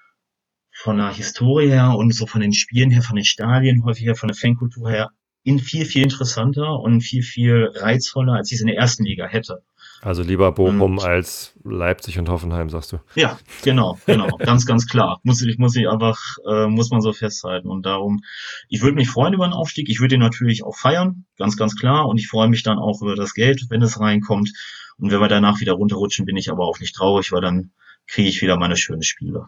von der Historie her und so von den Spielen her, von den Stadien häufig her, von der Fankultur her in viel, viel interessanter und viel, viel reizvoller, als ich es in der ersten Liga hätte. Also lieber Bochum Und- als Leipzig und Hoffenheim, sagst du. Ja, genau, genau, ganz, ganz klar. Muss ich, muss ich einfach, äh, muss man so festhalten. Und darum, ich würde mich freuen über einen Aufstieg. Ich würde ihn natürlich auch feiern, ganz, ganz klar. Und ich freue mich dann auch über das Geld, wenn es reinkommt. Und wenn wir danach wieder runterrutschen, bin ich aber auch nicht traurig, weil dann kriege ich wieder meine schönen Spiele.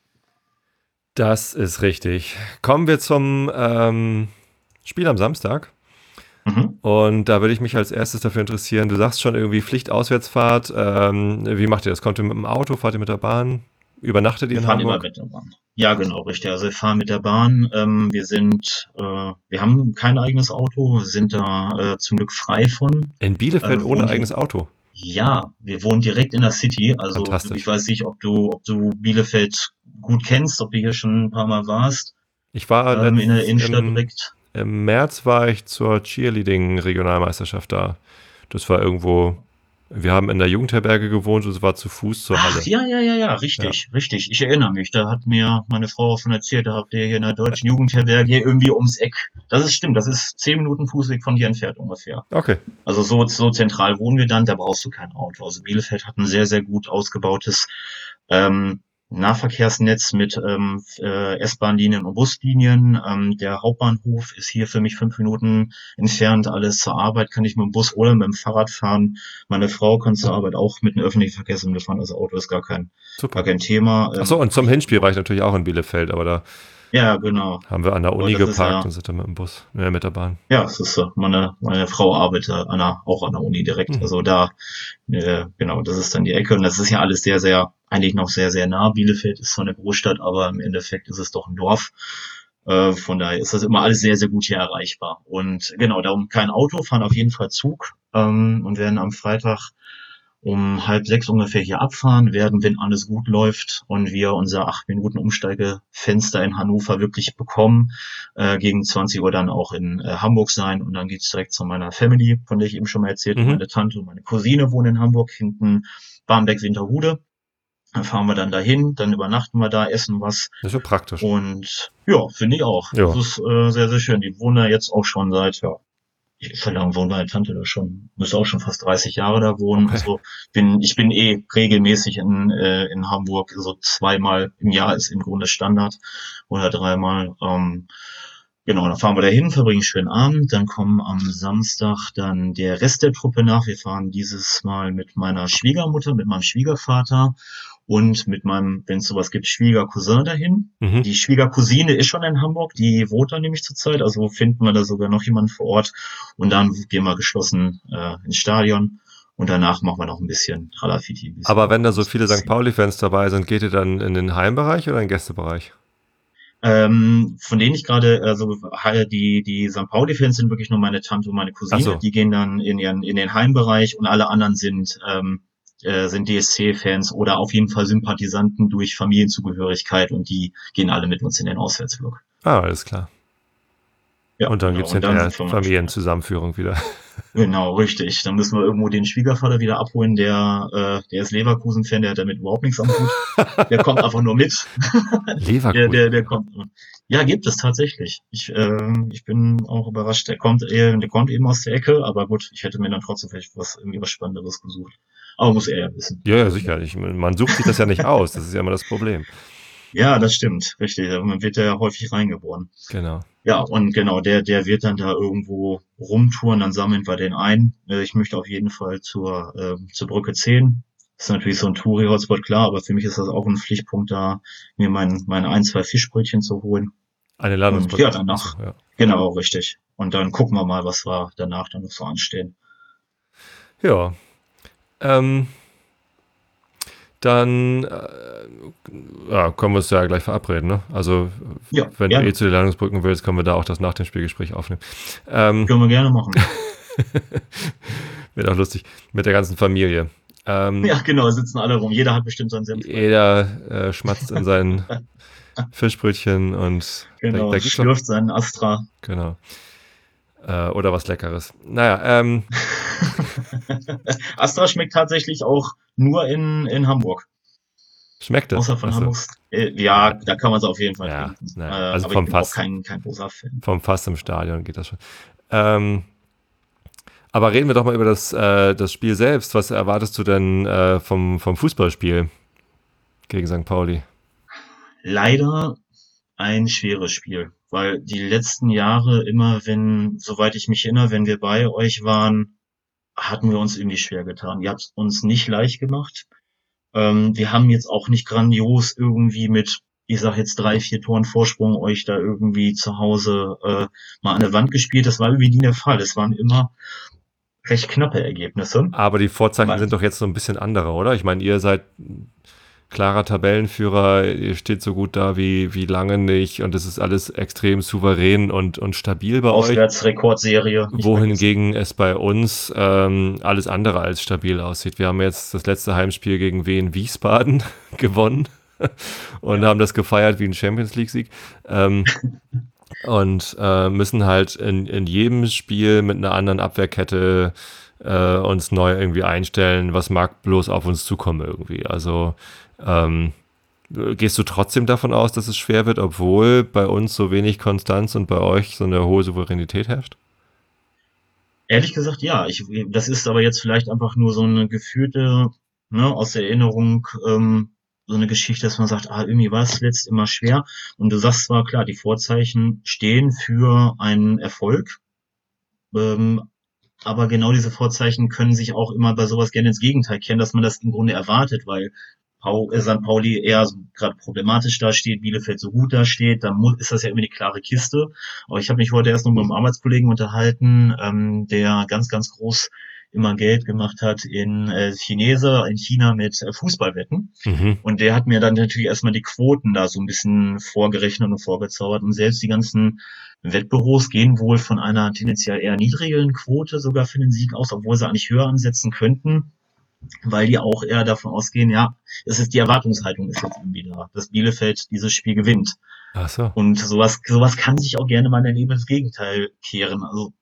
Das ist richtig. Kommen wir zum ähm, Spiel am Samstag. Mhm. Und da würde ich mich als erstes dafür interessieren, du sagst schon irgendwie Pflichtauswärtsfahrt. Ähm, wie macht ihr das? Kommt ihr mit dem Auto, fahrt ihr mit der Bahn? Übernachtet ihr Wir in fahren immer Hamburg? mit der Bahn. Ja, genau, richtig. Also wir fahren mit der Bahn. Ähm, wir sind, äh, wir haben kein eigenes Auto, sind da äh, zum Glück frei von. In Bielefeld Ähm, ohne und- eigenes Auto. Ja, wir wohnen direkt in der City. Also Fantastisch. ich weiß nicht, ob du, ob du Bielefeld gut kennst, ob du hier schon ein paar Mal warst. Ich war Ähm, in der letzt- Innenstadt im, direkt. im März war ich zur Cheerleading-Regionalmeisterschaft da. Das war irgendwo Wir haben in der Jugendherberge gewohnt und es war zu Fuß zur Halle. Ach, ja, ja, ja, ja, richtig, richtig. Ich erinnere mich, da hat mir meine Frau von erzählt, da habt ihr hier in der deutschen Jugendherberge hier irgendwie ums Eck. Das ist stimmt, das ist zehn Minuten Fußweg von hier entfernt ungefähr. Okay. Also so, so zentral wohnen wir dann, da brauchst du kein Auto. Also Bielefeld hat ein sehr, sehr gut ausgebautes ähm, Nahverkehrsnetz mit ähm, äh, S-Bahn-Linien und Buslinien. Ähm, der Hauptbahnhof ist hier für mich fünf Minuten entfernt. Alles zur Arbeit kann ich mit dem Bus oder mit dem Fahrrad fahren. Meine Frau kann zur Arbeit auch mit den öffentlichen Verkehrsmitteln fahren. Also Auto ist gar kein, Super. gar kein Thema. Achso, und zum Hinspiel war ich natürlich auch in Bielefeld, aber da Ja, genau. haben wir an der Uni Aber das ist geparkt ja- und sind dann mit dem Bus, äh, mit der Bahn. Ja, es ist so. Meine, meine Frau arbeitet an der, auch an der Uni direkt. Mhm. Also da, äh, genau, das ist dann die Ecke. Und das ist ja alles sehr, sehr, eigentlich noch sehr, sehr nah. Bielefeld ist zwar eine Großstadt, aber im Endeffekt ist es doch ein Dorf. Äh, von daher ist das immer alles sehr, sehr gut hier erreichbar. Und genau, darum kein Auto, fahren auf jeden Fall Zug ähm, und werden am Freitag um halb sechs ungefähr hier abfahren, werden, wenn alles gut läuft und wir unser acht Minuten Umsteigefenster in Hannover wirklich bekommen, äh, gegen zwanzig Uhr dann auch in äh, Hamburg sein und dann geht's direkt zu meiner Family, von der ich eben schon mal erzählt habe. Mhm. Meine Tante und meine Cousine wohnen in Hamburg, hinten Barmbek-Winterhude. Dann fahren wir dann dahin, dann übernachten wir da, essen was Das ist ja praktisch. und ja, finde ich auch. Ja. Das ist äh, sehr, sehr schön. Die wohnen da jetzt auch schon seit, ja, ich wie lange wohnt meine Tante da schon? Müsste auch schon fast dreißig Jahre da wohnen. Okay. Also bin, ich bin eh regelmäßig in, äh, in Hamburg, so zweimal im Jahr ist im Grunde Standard oder dreimal. Ähm, genau, dann fahren wir dahin, verbringen einen schönen Abend, dann kommen am Samstag dann der Rest der Truppe nach. Wir fahren dieses Mal mit meiner Schwiegermutter, mit meinem Schwiegervater und mit meinem, wenn es sowas gibt, Schwiegercousin dahin. Mhm. Die Schwiegercousine ist schon in Hamburg, die wohnt da nämlich zurzeit, also finden wir da sogar noch jemanden vor Ort und dann gehen wir geschlossen äh, ins Stadion und danach machen wir noch ein bisschen Halafiti. ein bisschen Aber wenn da so viele Sankt Singen. Pauli-Fans dabei sind, geht ihr dann in den Heimbereich oder in den Gästebereich? Ähm, von denen ich gerade, also halt die die Sankt Pauli-Fans sind wirklich nur meine Tante und meine Cousine, Ach so. die gehen dann in ihren in den Heimbereich und alle anderen sind ähm, äh, sind D S C-Fans oder auf jeden Fall Sympathisanten durch Familienzugehörigkeit und die gehen alle mit uns in den Auswärtsblock. Ah, alles klar. Ja, Und dann genau. gibt's Und dann hinterher sind wir- Familienzusammenführung wieder. Genau, richtig. Dann müssen wir irgendwo den Schwiegervater wieder abholen, der, äh, der ist Leverkusen-Fan, der hat damit überhaupt nichts am Hut. Der kommt einfach nur mit. Der, Leverkusen. der, der kommt. Ja, gibt es tatsächlich. Ich, äh, ich bin auch überrascht. Der kommt, äh, der kommt eben aus der Ecke, aber gut, ich hätte mir dann trotzdem vielleicht was irgendwie was Spannenderes gesucht. Aber muss er ja wissen. Ja, ja, sicher. Ich, man sucht sich das ja nicht aus. Das ist ja immer das Problem. Ja, das stimmt, richtig. Man wird ja häufig reingeboren. Genau. Ja, und genau, der, der wird dann da irgendwo rumtouren, dann sammeln wir den ein. Äh, Ich möchte auf jeden Fall zur, äh, zur Brücke zehn. Das ist natürlich so ein Touri-Hotspot, klar, aber für mich ist das auch ein Pflichtpunkt, da mir mein, meine ein, zwei Fischbrötchen zu holen. Eine Landungsbrücke. Und ja, danach. Ja. Genau, richtig. Und dann gucken wir mal, was wir danach dann noch so anstehen. Ja. Ähm, dann äh, ja, können wir uns ja gleich verabreden, ne? Also, Ja, wenn gerne. du eh zu den Landungsbrücken willst, können wir da auch das nach dem Spielgespräch aufnehmen. Ähm, Können wir gerne machen. wird auch lustig. Mit der ganzen Familie. Ähm, Ja, genau, sitzen alle rum. Jeder hat bestimmt seinen Senf. Jeder äh, schmatzt in sein Fischbrötchen und Genau, da, da gibt's noch, schlürft seinen Astra. genau. Äh, oder was Leckeres. Naja, ähm, Astra schmeckt tatsächlich auch nur in, in Hamburg. schmeckt es? Außer von Achso. Hamburg. Äh, ja, da kann man es auf jeden Fall Ja, trinken. naja, Äh, also aber vom ich bin auch Fass. kein, kein großer Fan. Vom Fass im Stadion geht das schon. Ähm, aber reden wir doch mal über das, äh, das Spiel selbst. Was erwartest du denn äh, vom, vom Fußballspiel gegen Sankt Pauli? Leider ein schweres Spiel, weil die letzten Jahre immer, wenn, soweit ich mich erinnere, wenn wir bei euch waren, hatten wir uns irgendwie schwer getan. Ihr habt uns nicht leicht gemacht. Ähm, wir haben jetzt auch nicht grandios irgendwie mit, ich sag jetzt drei, vier Toren Vorsprung euch da irgendwie zu Hause äh, mal an der Wand gespielt. Das war irgendwie nie der Fall. Es waren immer recht knappe Ergebnisse. Aber die Vorzeichen Weil- sind doch jetzt so ein bisschen andere, oder? Ich meine, ihr seid klarer Tabellenführer, ihr steht so gut da wie, wie lange nicht und es ist alles extrem souverän und, und stabil bei euch. Auswärtsrekordserie. Nicht Wohingegen es bei uns ähm, alles andere als stabil aussieht. Wir haben jetzt das letzte Heimspiel gegen Wien Wiesbaden gewonnen und Ja. haben das gefeiert wie ein Champions League-Sieg. Ähm, und äh, müssen halt in, in jedem Spiel mit einer anderen Abwehrkette äh, uns neu irgendwie einstellen, was mag bloß auf uns zukommen irgendwie. Also ähm, gehst du trotzdem davon aus, dass es schwer wird, obwohl bei uns so wenig Konstanz und bei euch so eine hohe Souveränität herrscht? Ehrlich gesagt, ja. Ich, das ist aber jetzt vielleicht einfach nur so eine gefühlte, ne, aus der Erinnerung, ähm, so eine Geschichte, dass man sagt, ah, irgendwie war es letzt immer schwer. Und du sagst zwar, klar, die Vorzeichen stehen für einen Erfolg, ähm, aber genau diese Vorzeichen können sich auch immer bei sowas gerne ins Gegenteil kehren, dass man das im Grunde erwartet, weil Pau, äh, Sankt Pauli eher so gerade problematisch dasteht, Bielefeld so gut dasteht, dann mu- ist das ja immer die klare Kiste. Aber ich habe mich heute erst noch mit einem Arbeitskollegen unterhalten, ähm, der ganz, ganz groß immer Geld gemacht hat in äh, Chinese, in China mit äh, Fußballwetten. Mhm. Und der hat mir dann natürlich erstmal die Quoten da so ein bisschen vorgerechnet und vorgezaubert. Und selbst die ganzen Wettbüros gehen wohl von einer tendenziell eher niedrigeren Quote sogar für den Sieg aus, obwohl sie eigentlich höher ansetzen könnten, weil die auch eher davon ausgehen, ja, es ist die Erwartungshaltung ist jetzt irgendwie da, dass Bielefeld dieses Spiel gewinnt. Ach so. Und sowas, sowas kann sich auch gerne mal daneben ins Gegenteil kehren. Also,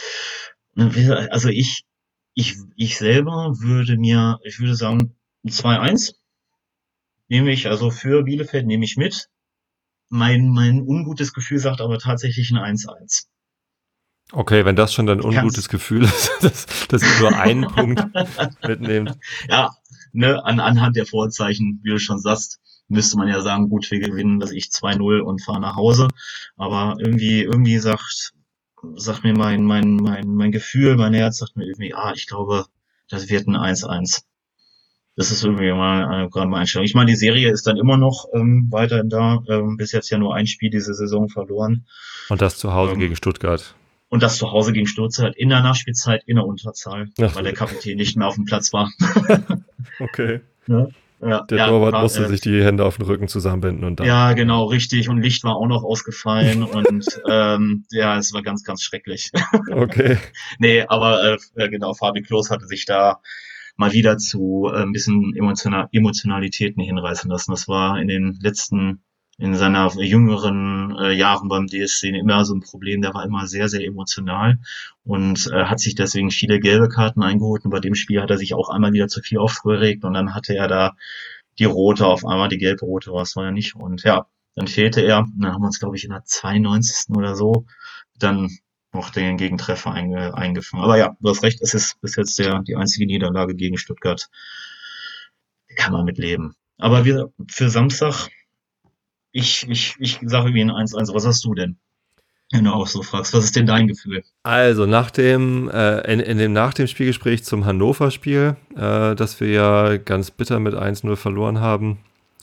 also ich, ich, ich selber würde mir, ich würde sagen, zwei eins nehme ich, also für Bielefeld nehme ich mit. Mein, mein ungutes Gefühl sagt aber tatsächlich ein eins eins. Okay, wenn das schon dein Ich ungutes kann's. Gefühl ist, dass, dass ihr nur einen Punkt mitnehmt. Ja, ne, an, anhand der Vorzeichen, wie du schon sagst, müsste man ja sagen, gut, wir gewinnen, dass ich zwei null und fahren nach Hause. Aber irgendwie, irgendwie sagt, sagt mir mein, mein, mein, mein Gefühl, mein Herz sagt mir irgendwie, ah, ich glaube, das wird ein eins eins. Das ist irgendwie mal äh, gerade mal Einstellung. Ich meine, die Serie ist dann immer noch ähm, weiterhin da. Ähm, bis jetzt ja nur ein Spiel diese Saison verloren. Und das zu Hause Ähm, gegen Stuttgart. Und das zu Hause gegen Stuttgart in der Nachspielzeit, in der Unterzahl, Ach weil so. der Kapitän nicht mehr auf dem Platz war. Okay. Ne? Ja, Der ja, Torwart war, musste äh, sich die Hände auf den Rücken zusammenbinden und dann. ja, genau, richtig. Und Licht war auch noch ausgefallen und ähm, ja, es war ganz, ganz schrecklich. Okay. Nee, aber äh, genau, Fabi Klos hatte sich da mal wieder zu äh, ein bisschen Emotional Emotionalitäten hinreißen lassen. Das war in den letzten, in seiner jüngeren äh, Jahren beim D S C immer so ein Problem. Der war immer sehr, sehr emotional und äh, hat sich deswegen viele gelbe Karten eingeholt. Und bei dem Spiel hat er sich auch einmal wieder zu viel aufgeregt und dann hatte er da die rote, auf einmal die gelb-rote, was war ja nicht. Und ja, dann fehlte er. Und dann haben wir uns, glaube ich, in der zweiundneunzigsten oder so dann noch den Gegentreffer einge, eingefangen. Aber ja, du hast recht, es ist bis jetzt der, die einzige Niederlage gegen Stuttgart. Kann man mitleben. Aber wir, für Samstag, ich, ich, ich sage wie ein eins eins. Was hast du denn? Wenn du auch so fragst, was ist denn dein Gefühl? Also nach dem, äh, in, in dem nach dem Spielgespräch zum Hannover-Spiel, äh, das wir ja ganz bitter mit eins null verloren haben,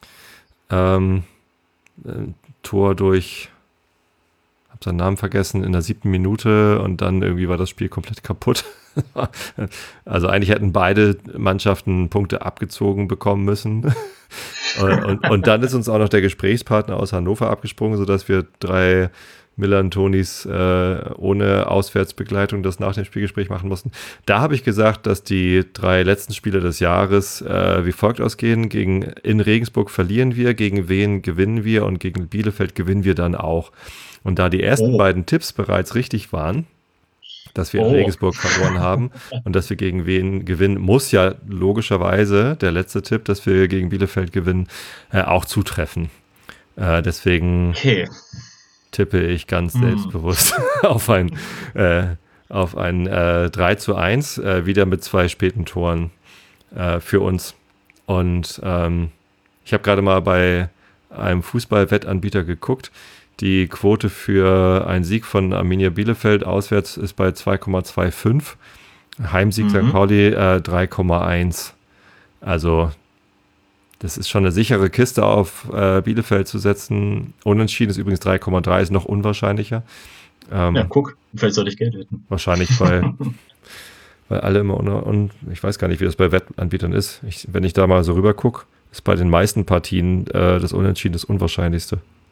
ähm, äh, Tor durch, hab seinen Namen vergessen, in der siebten Minute und dann irgendwie war das Spiel komplett kaputt. Also eigentlich hätten beide Mannschaften Punkte abgezogen bekommen müssen. und, und, und dann ist uns auch noch der Gesprächspartner aus Hannover abgesprungen, sodass wir drei Millantonis äh, ohne Auswärtsbegleitung das nach dem Spielgespräch machen mussten. Da habe ich gesagt, dass die drei letzten Spiele des Jahres äh, wie folgt ausgehen. Gegen, in Regensburg verlieren wir, gegen Wien gewinnen wir und gegen Bielefeld gewinnen wir dann auch. Und da die ersten Oh. beiden Tipps bereits richtig waren, dass wir in Oh. Regensburg verloren haben und dass wir gegen Wien gewinnen, muss ja logischerweise der letzte Tipp, dass wir gegen Bielefeld gewinnen, äh, auch zutreffen. Äh, deswegen Okay. tippe ich ganz Hm. selbstbewusst auf ein, äh, auf ein äh, drei zu eins, äh, wieder mit zwei späten Toren äh, für uns. Und ähm, ich habe gerade mal bei einem Fußballwettanbieter geguckt. Die Quote für einen Sieg von Arminia Bielefeld auswärts ist bei zwei Komma fünfundzwanzig. Heimsieg Mhm. Sankt Pauli äh, drei Komma eins. Also das ist schon eine sichere Kiste auf äh, Bielefeld zu setzen. Unentschieden ist übrigens drei Komma drei, ist noch unwahrscheinlicher. Ähm, Ja, guck, vielleicht sollte ich Geld wetten. Wahrscheinlich, weil, weil alle immer, unter, und ich weiß gar nicht, wie das bei Wettanbietern ist. Ich, wenn ich da mal so rüber gucke, ist bei den meisten Partien äh, das Unentschieden das Unwahrscheinlichste.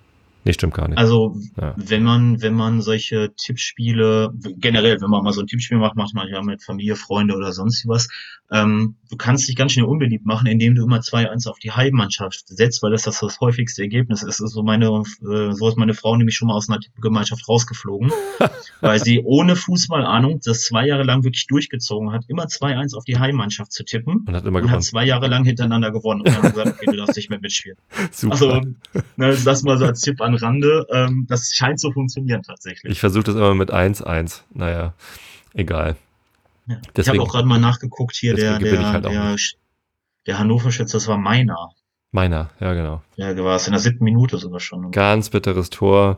Nee, stimmt gar nicht. Also, Ja. wenn man, wenn man solche Tippspiele, generell, wenn man mal so ein Tippspiel macht, macht man ja mit Familie, Freunde oder sonst was, ähm, du kannst dich ganz schnell unbeliebt machen, indem du immer zwei eins auf die Heimmannschaft setzt, weil das das, das häufigste Ergebnis ist. So meine, äh, so ist meine Frau nämlich schon mal aus einer Tippgemeinschaft rausgeflogen, weil sie ohne Fußballahnung das zwei Jahre lang wirklich durchgezogen hat, immer zwei eins auf die Heimmannschaft zu tippen Und hat immer und gewonnen. hat zwei Jahre lang hintereinander gewonnen. Und dann haben wir gesagt, okay, du darfst nicht mehr mitspielen. Super. Also, ne, das mal so als Tipp an Rande. Ähm, das scheint zu funktionieren tatsächlich. Ich versuche das immer mit eins eins. Naja, egal. Ja. Ich Deswegen- habe auch gerade mal nachgeguckt hier, der, deswegen gewinne ich der, halt auch der, der Hannover-Schütze, das war Meiner. Meiner, ja genau. Der war es in der siebten Minute sogar schon. Ganz bitteres Tor.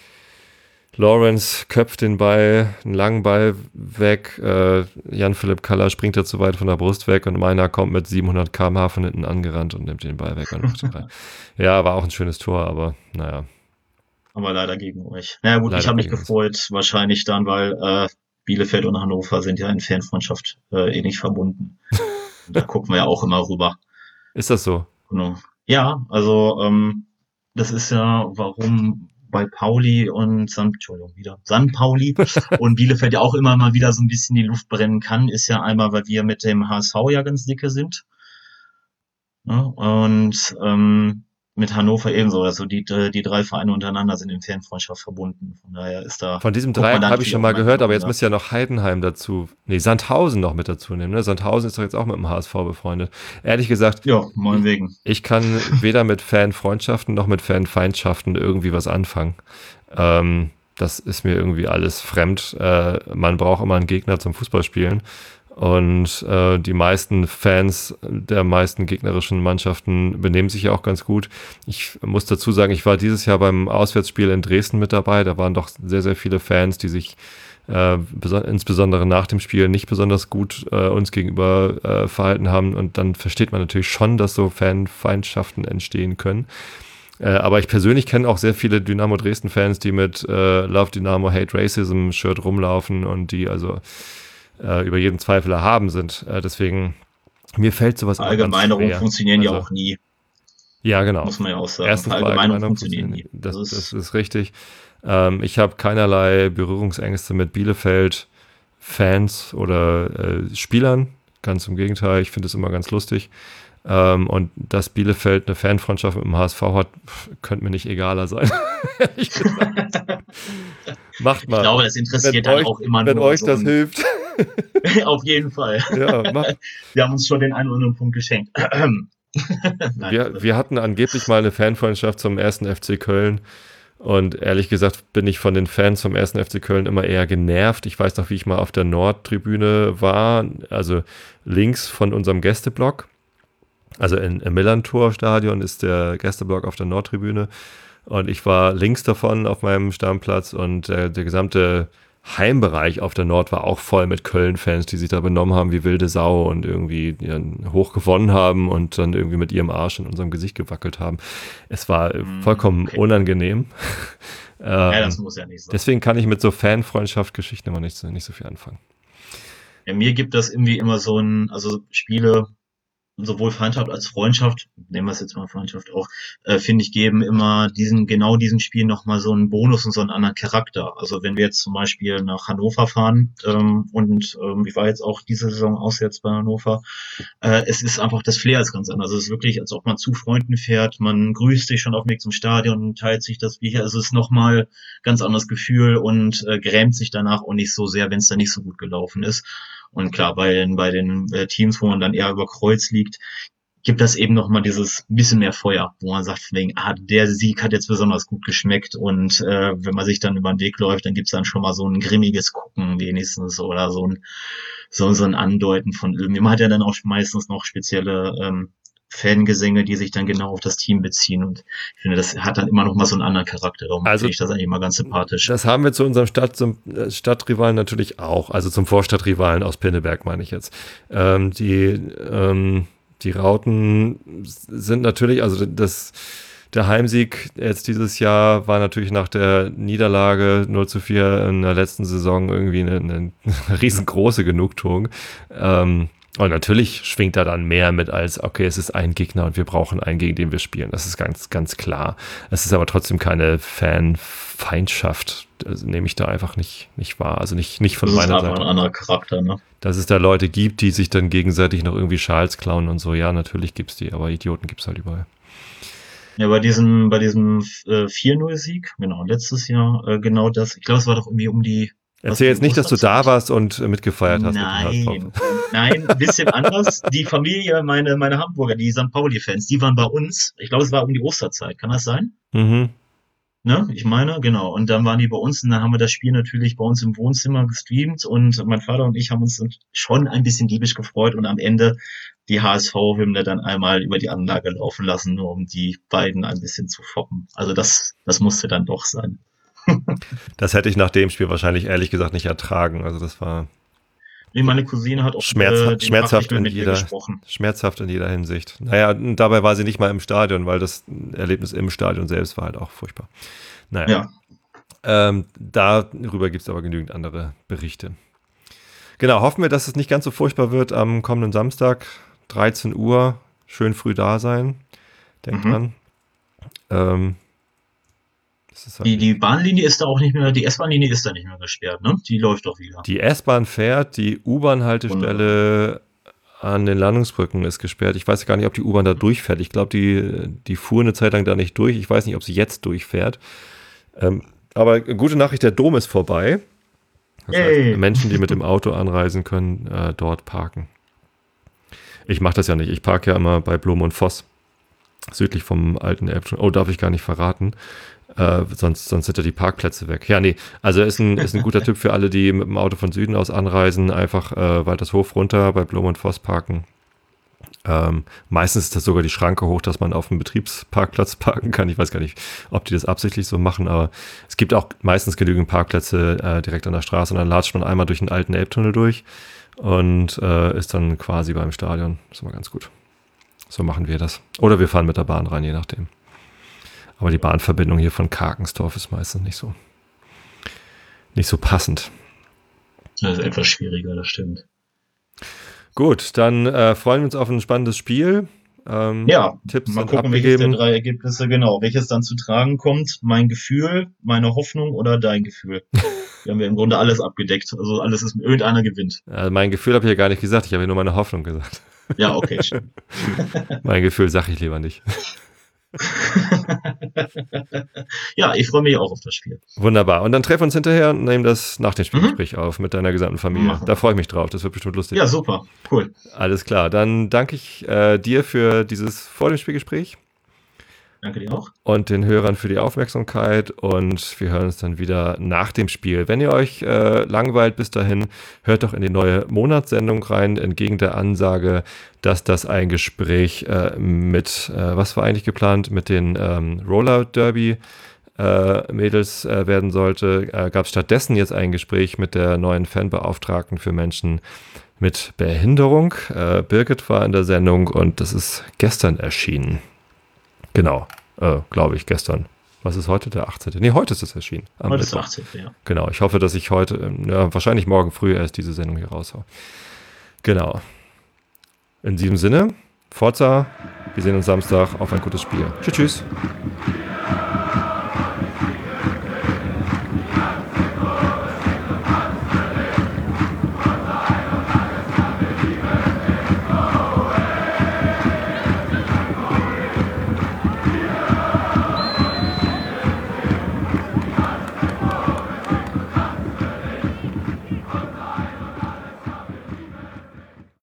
Lawrence köpft den Ball, einen langen Ball weg. Äh, Jan-Philipp Kaller springt da zu weit von der Brust weg und Meiner kommt mit siebenhundert Kilometer pro Stunde von hinten angerannt und nimmt den Ball weg. Und macht den rein. Ja, war auch ein schönes Tor, aber naja. Aber leider gegen euch. Naja gut, Leider ich habe mich gegen uns. gefreut, wahrscheinlich dann, weil äh, Bielefeld und Hannover sind ja in Fanfreundschaft äh, eh nicht verbunden. Da gucken wir ja auch immer rüber. Ist das so? Genau. Ja, also ähm, das ist ja, warum bei Pauli und San, Entschuldigung, wieder San Pauli und Bielefeld ja auch immer mal wieder so ein bisschen die Luft brennen kann, ist ja einmal, weil wir mit dem H S V ja ganz dicke sind. Ja, und ähm, mit Hannover ebenso. Also die, die drei Vereine untereinander sind in Fanfreundschaft verbunden. Von daher ist da. Von diesem guckt man Dreieck da habe ich schon mal natürlich auch gehört, aber manchmal, jetzt ja. müsste ja noch Heidenheim dazu, nee, Sandhausen noch mit dazu nehmen. Ne? Sandhausen ist doch jetzt auch mit dem H S V befreundet. Ehrlich gesagt, Ja, meinetwegen. ich kann weder mit Fanfreundschaften noch mit Fanfeindschaften irgendwie was anfangen. Ähm, das ist mir irgendwie alles fremd. Äh, man braucht immer einen Gegner zum Fußballspielen. Und äh, die meisten Fans der meisten gegnerischen Mannschaften benehmen sich ja auch ganz gut. Ich muss dazu sagen, ich war dieses Jahr beim Auswärtsspiel in Dresden mit dabei. Da waren doch sehr, sehr viele Fans, die sich äh, beso- insbesondere nach dem Spiel nicht besonders gut äh, uns gegenüber äh, verhalten haben. Und dann versteht man natürlich schon, dass so Fanfeindschaften entstehen können. Äh, aber ich persönlich kenne auch sehr viele Dynamo Dresden-Fans, die mit äh, Love Dynamo Hate Racism-Shirt rumlaufen und die also äh, über jeden Zweifel erhaben sind. Äh, deswegen, mir fällt sowas immer ganz Allgemeinerungen schwer. funktionieren ja Also, auch nie, Ja, genau. muss man ja auch sagen. Erstens mal Verallgemeinerungen Allgemeinung funktionieren nie. Das, Das das ist, ist richtig. Ähm, ich habe keinerlei Berührungsängste mit Bielefeld-Fans oder äh, Spielern. Ganz im Gegenteil, ich finde es immer ganz lustig. Ähm, und dass Bielefeld eine Fanfreundschaft mit dem H S V hat, pff, könnte mir nicht egaler sein. Ehrlich gesagt. Macht mal. ich glaube, das interessiert wenn dann euch, auch immer wenn nur euch so das ein- hilft. Auf jeden Fall. Ja, macht. Wir haben uns schon den einen oder anderen Punkt geschenkt. Nein, Wir, wir hatten angeblich mal eine Fanfreundschaft zum ersten F C Köln. Und ehrlich gesagt bin ich von den Fans vom ersten F C Köln immer eher genervt. Ich weiß noch, wie ich mal auf der Nordtribüne war, also links von unserem Gästeblock. Also in, im Millantor-Stadion ist der Gästeblock auf der Nordtribüne. Und ich war links davon auf meinem Stammplatz und äh, der gesamte Heimbereich auf der Nord war auch voll mit Köln-Fans, die sich da benommen haben wie wilde Sau und irgendwie ja, hoch gewonnen haben und dann irgendwie mit ihrem Arsch in unserem Gesicht gewackelt haben. Es war vollkommen okay. unangenehm. ja, ähm, das muss ja nicht sein. deswegen kann ich mit so Fanfreundschaft-Geschichten immer nicht so, nicht so viel anfangen. Ja, mir gibt das irgendwie immer so ein, also Spiele, sowohl Feindschaft als Freundschaft, nehmen wir es jetzt mal Freundschaft auch, äh, finde ich, geben immer diesen, genau diesen Spielen nochmal so einen Bonus und so einen anderen Charakter. Also wenn wir jetzt zum Beispiel nach Hannover fahren, ähm, und ähm, ich war jetzt auch diese Saison auswärts bei Hannover, äh, es ist einfach, das Flair ist ganz anders. Also es ist wirklich, als ob man zu Freunden fährt, man grüßt sich schon auf dem Weg zum Stadion und teilt sich das Bier. Also es ist nochmal ganz anderes Gefühl und äh, grämt sich danach auch nicht so sehr, wenn es da nicht so gut gelaufen ist. Und klar, bei den, bei den äh, Teams, wo man dann eher über Kreuz liegt, gibt das eben nochmal dieses bisschen mehr Feuer, wo man sagt, von wegen, ah, der Sieg hat jetzt besonders gut geschmeckt und äh, wenn man sich dann über den Weg läuft, dann gibt's dann schon mal so ein grimmiges Gucken wenigstens oder so ein, so, so ein Andeuten von irgendwie. Man hat ja dann auch meistens noch spezielle ähm, Fangesänge, die sich dann genau auf das Team beziehen und ich finde, das hat dann immer noch mal so einen anderen Charakter. Darum Also, finde ich das eigentlich immer ganz sympathisch. Das haben wir zu unserem Stadt, zum äh, Stadtrivalen natürlich auch, also zum Vorstadtrivalen aus Pinneberg meine ich jetzt. Ähm, die, ähm, die Rauten sind natürlich, also das, der Heimsieg jetzt dieses Jahr war natürlich nach der Niederlage null zu vier in der letzten Saison irgendwie eine, eine riesengroße Genugtuung. Ähm, Und natürlich schwingt da dann mehr mit als, okay, es ist ein Gegner und wir brauchen einen, gegen den wir spielen. Das ist ganz, ganz klar. Es ist aber trotzdem keine Fanfeindschaft. Das nehme ich da einfach nicht, nicht wahr. Also nicht, nicht von Das ist meiner einfach Seite. ein anderer Charakter, ne? Dass es da Leute gibt, die sich dann gegenseitig noch irgendwie Schals klauen und so. Ja, natürlich gibt's die, aber Idioten gibt's halt überall. Ja, bei diesem, bei diesem äh, vier null Sieg, genau, letztes Jahr, äh, genau das. Ich glaube, es war doch irgendwie um die. Erzähl jetzt nicht, dass du da warst und äh, mitgefeiert hast. Nein, mit dem H S V. nein, ein bisschen anders. Die Familie, meine, meine Hamburger, die Sankt Pauli-Fans, die waren bei uns. Ich glaube, es war um die Osterzeit. Kann das sein? Mhm. Ne? Ich meine, genau. Und dann waren die bei uns und dann haben wir das Spiel natürlich bei uns im Wohnzimmer gestreamt und mein Vater und ich haben uns schon ein bisschen diebisch gefreut und am Ende die H S V-Hymne dann einmal über die Anlage laufen lassen, nur um die beiden ein bisschen zu foppen. Also das, das musste dann doch sein. Das hätte ich nach dem Spiel wahrscheinlich ehrlich gesagt nicht ertragen. Also das war Nee, meine Cousine hat auch Schmerz, äh, den schmerzhaft, Fachrichter in mit mir jeder, gesprochen. schmerzhaft in jeder Hinsicht. Naja, und dabei war sie nicht mal im Stadion, weil das Erlebnis im Stadion selbst war halt auch furchtbar. Naja, Ja, ähm, darüber gibt es aber genügend andere Berichte. Genau, hoffen wir, dass es nicht ganz so furchtbar wird am kommenden Samstag, dreizehn Uhr, schön früh da sein. Denkt Mhm. dran. Ähm, das ist halt die, die Bahnlinie ist da auch nicht mehr, die S-Bahn-Linie ist da nicht mehr gesperrt, ne? Die läuft doch wieder. Die S-Bahn fährt, die U-Bahn-Haltestelle an den Landungsbrücken ist gesperrt. Ich weiß gar nicht, ob die U-Bahn da durchfährt. Ich glaube, die, die fuhr eine Zeit lang da nicht durch. Ich weiß nicht, ob sie jetzt durchfährt. Ähm, aber gute Nachricht, der Dom ist vorbei. Das Yay. heißt, Menschen, die mit dem Auto anreisen können, äh, dort parken. Ich mache das ja nicht. Ich parke ja immer bei Blom und Voss, südlich vom alten Elbtunnel. Oh, darf ich gar nicht verraten. Äh, sonst, sonst sind ja die Parkplätze weg. Ja, nee, also ist ein, ist ein guter Tipp für alle, die mit dem Auto von Süden aus anreisen. Einfach äh, Waltershof runter bei Blom und Voss parken. Ähm, meistens ist das sogar die Schranke hoch, dass man auf dem Betriebsparkplatz parken kann. Ich weiß gar nicht, ob die das absichtlich so machen, aber es gibt auch meistens genügend Parkplätze äh, direkt an der Straße und dann latscht man einmal durch den alten Elbtunnel durch und äh, ist dann quasi beim Stadion. Das ist immer ganz gut. So machen wir das. Oder wir fahren mit der Bahn rein, je nachdem. Aber die Bahnverbindung hier von Karkensdorf ist meistens nicht so, nicht so passend. Das ist etwas schwieriger, das stimmt. Gut, dann äh, freuen wir uns auf ein spannendes Spiel. Ähm, Ja, Tipps mal sind gucken, welches der abgegeben. drei Ergebnisse, genau, welches dann zu tragen kommt. Mein Gefühl, meine Hoffnung oder dein Gefühl. Wir haben ja im Grunde alles abgedeckt. Also alles ist, irgendeiner gewinnt. Äh, mein Gefühl habe ich ja gar nicht gesagt, ich habe ja nur meine Hoffnung gesagt. Ja, okay, stimmt. Mein Gefühl sage ich lieber nicht. Ja, ich freue mich auch auf das Spiel. Wunderbar. Und dann treffen wir uns hinterher und nehmen das nach dem Spielgespräch auf mit deiner gesamten Familie. Machen wir. Da freue ich mich drauf. Das wird bestimmt lustig. Ja, super, cool. Alles klar. Dann danke ich äh, dir für dieses vor dem Spielgespräch Danke dir auch. und den Hörern für die Aufmerksamkeit und wir hören uns dann wieder nach dem Spiel. Wenn ihr euch äh, langweilt bis dahin, hört doch in die neue Monatssendung rein, entgegen der Ansage, dass das ein Gespräch äh, mit, äh, was war eigentlich geplant, mit den ähm, Roller Derby äh, Mädels äh, werden sollte, äh, gab es stattdessen jetzt ein Gespräch mit der neuen Fanbeauftragten für Menschen mit Behinderung. Äh, Birgit war in der Sendung und das ist gestern erschienen. Genau, äh, glaube ich, gestern. Was ist heute? Der achtzehnte Nee, heute ist es erschienen. am Heute ist der Mittwoch. achtzehnte Ja. Genau, ich hoffe, dass ich heute, ähm, ja, wahrscheinlich morgen früh erst diese Sendung hier raushau. Genau. In diesem Sinne, Forza, wir sehen uns Samstag auf ein gutes Spiel. Tschüss, tschüss.